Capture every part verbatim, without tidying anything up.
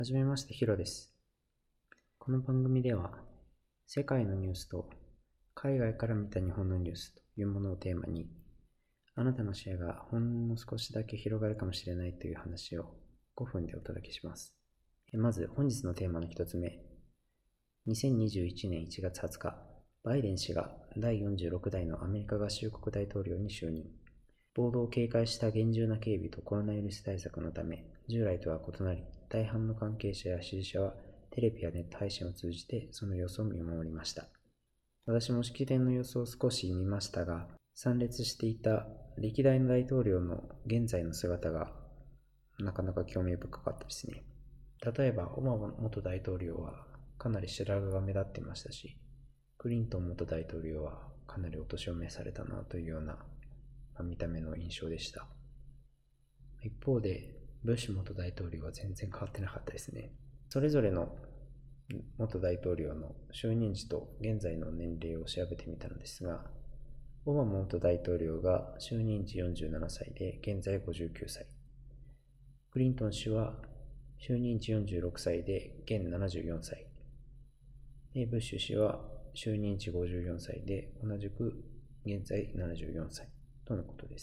はじめまして、ヒロです。この番組では、世界のニュースと海外から見た日本のニュースというものをテーマに、あなたの視野がほんの少しだけ広がるかもしれないという話をごふんでお届けします。まず、本日のテーマの一つ目。にせんにじゅういちねんいちがつはつか、バイデン氏がだいよんじゅうろく代のアメリカ合衆国大統領に就任。暴動を警戒した厳重な警備とコロナウイルス対策のため、従来とは異なり、大半の関係者や支持者はテレビやネット配信を通じてその様子を見守りました。私も式典の様子を少し見ましたが、参列していた歴代の大統領の現在の姿がなかなか興味深かったですね。例えば、オバマ元大統領はかなり白髪が目立ってましたし、クリントン元大統領はかなりお年を召されたなというような見た目の印象でした。一方で、ブッシュ元大統領は全然変わってなかったですね。それぞれの元大統領の就任時と現在の年齢を調べてみたのですが、オバマ元大統領が就任時よんじゅうななさいで現在ごじゅうきゅうさい。クリントン氏は就任時よんじゅうろくさいで現ななじゅうよんさい。でブッシュ氏は就任時ごじゅうよんさいで同じく現在ななじゅうよんさいとのことです。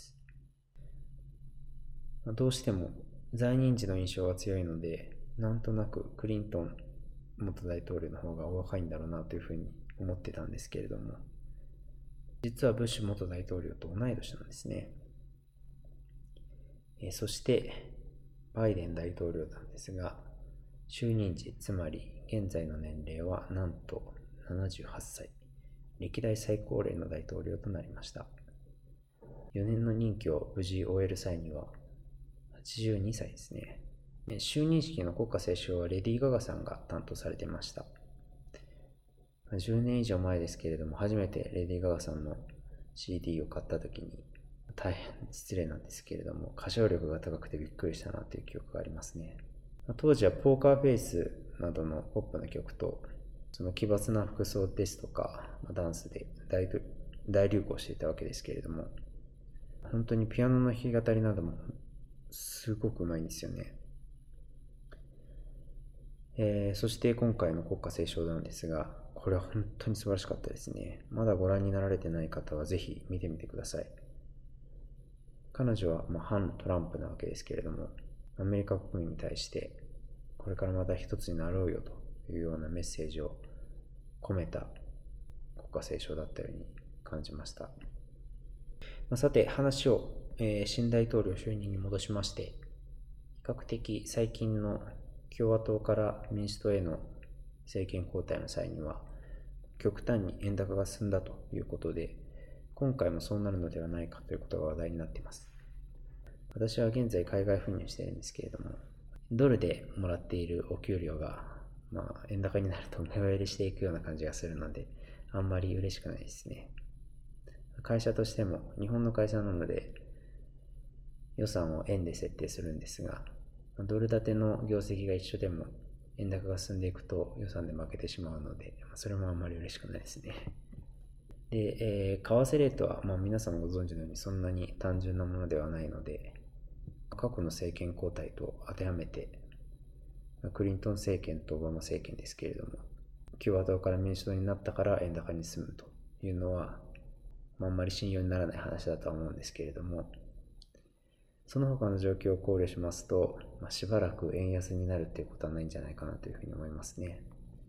どうしても在任時の印象が強いので、なんとなくクリントン元大統領の方がお若いんだろうなというふうに思ってたんですけれども、実はブッシュ元大統領と同い年なんですね。えそしてバイデン大統領なんですが、就任時、つまり現在の年齢はなんとななじゅうはっさい、歴代最高齢の大統領となりました。よねんの任期を無事終える際にははちじゅうにさいですね。就任式の国歌斉唱はレディー・ガガさんが担当されていました。じゅうねん以上前ですけれども、初めてレディー・ガガさんの シーディー を買った時に、大変失礼なんですけれども、歌唱力が高くてびっくりしたなという記憶がありますね。当時はポーカーフェイスなどのポップな曲と、その奇抜な服装ですとか、ダンスで 大, 大流行していたわけですけれども、本当にピアノの弾き語りなどもすごくうまいんですよね。えー、そして今回の国歌斉唱なんですが、これは本当に素晴らしかったですね。まだご覧になられてない方はぜひ見てみてください。彼女はまあ反トランプなわけですけれども、アメリカ国民に対してこれからまた一つになろうよというようなメッセージを込めた国歌斉唱だったように感じました。まあ、さて話を、えー、新大統領就任に戻しまして、比較的最近の共和党から民主党への政権交代の際には極端に円高が進んだということで、今回もそうなるのではないかということが話題になっています。私は現在海外赴任しているんですけれども、ドルでもらっているお給料が、まあ、円高になると目減りしていくような感じがするので、あんまり嬉しくないですね。会社としても日本の会社なので予算を円で設定するんですが、ドル建ての業績が一緒でも円高が進んでいくと予算で負けてしまうので、それもあんまり嬉しくないですね。で、えー、為替レートは、まあ、皆さんご存知のようにそんなに単純なものではないので、過去の政権交代と当てはめて、クリントン政権とオバマ政権ですけれども、共和党から民主党になったから円高に進むというのは、まあ、あんまり信用にならない話だとは思うんですけれども、その他の状況を考慮しますと、まあ、しばらく円安になるということはないんじゃないかなというふうに思いますね。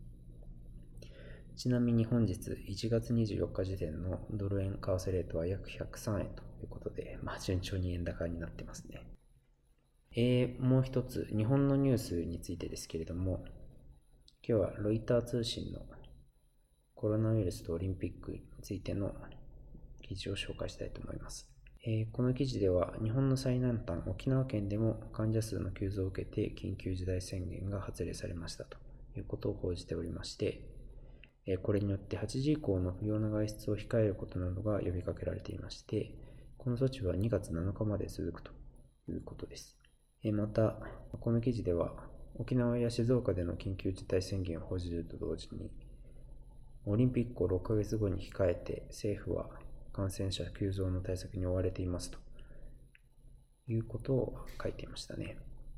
ちなみに本日いちがつにじゅうよっか時点のドル円為替レートは約ひゃくさんえんということで、まあ、順調に円高になってますね。えー、もう一つ日本のニュースについてですけれども、今日はロイター通信のコロナウイルスとオリンピックについての記事を紹介したいと思います。えー、この記事では日本の最南端沖縄県でも患者数の急増を受けて緊急事態宣言が発令されましたということを報じておりまして、えー、これによってはちじ以降の不要な外出を控えることなどが呼びかけられていまして、この措置はにがつなのかまで続くということです。えー、またこの記事では沖縄や静岡での緊急事態宣言を報じると同時に、オリンピックをろっかげつごに控えて政府は感染者急増の対策に追われていますということを書いていましたね。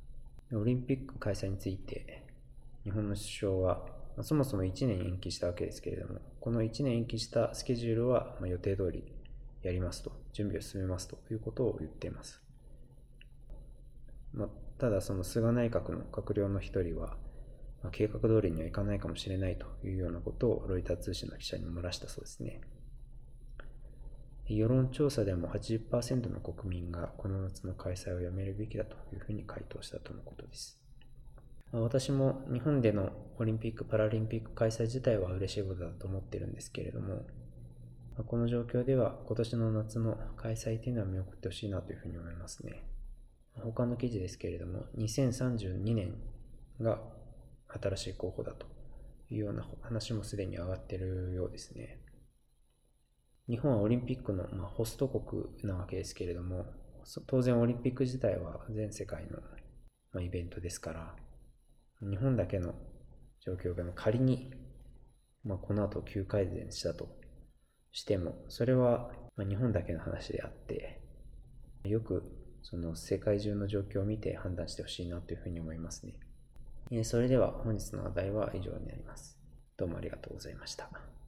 オリンピック開催について、日本の首相は、まあ、そもそもいちねん延期したわけですけれども、このいちねん延期したスケジュールは、まあ、予定通りやりますと、準備を進めますということを言っています。まあ、ただ、その菅内閣の閣僚の一人は、まあ、計画通りにはいかないかもしれないというようなことをロイター通信の記者に漏らしたそうですね。世論調査でも はちじゅっパーセント の国民がこの夏の開催をやめるべきだというふうに回答したとのことです。私も日本でのオリンピック・パラリンピック開催自体は嬉しいことだと思ってるんですけれども、この状況では今年の夏の開催というのは見送ってほしいなというふうに思いますね。他の記事ですけれども、にせんさんじゅうにねんが新しい候補だというような話もすでに上がっているようですね。日本はオリンピックの、まあ、ホスト国なわけですけれども、当然オリンピック自体は全世界の、まあ、イベントですから、日本だけの状況が仮に、まあ、この後急改善したとしても、それは、まあ、日本だけの話であって、よくその世界中の状況を見て判断してほしいなというふうに思いますね。それでは本日の話題は以上になります。どうもありがとうございました。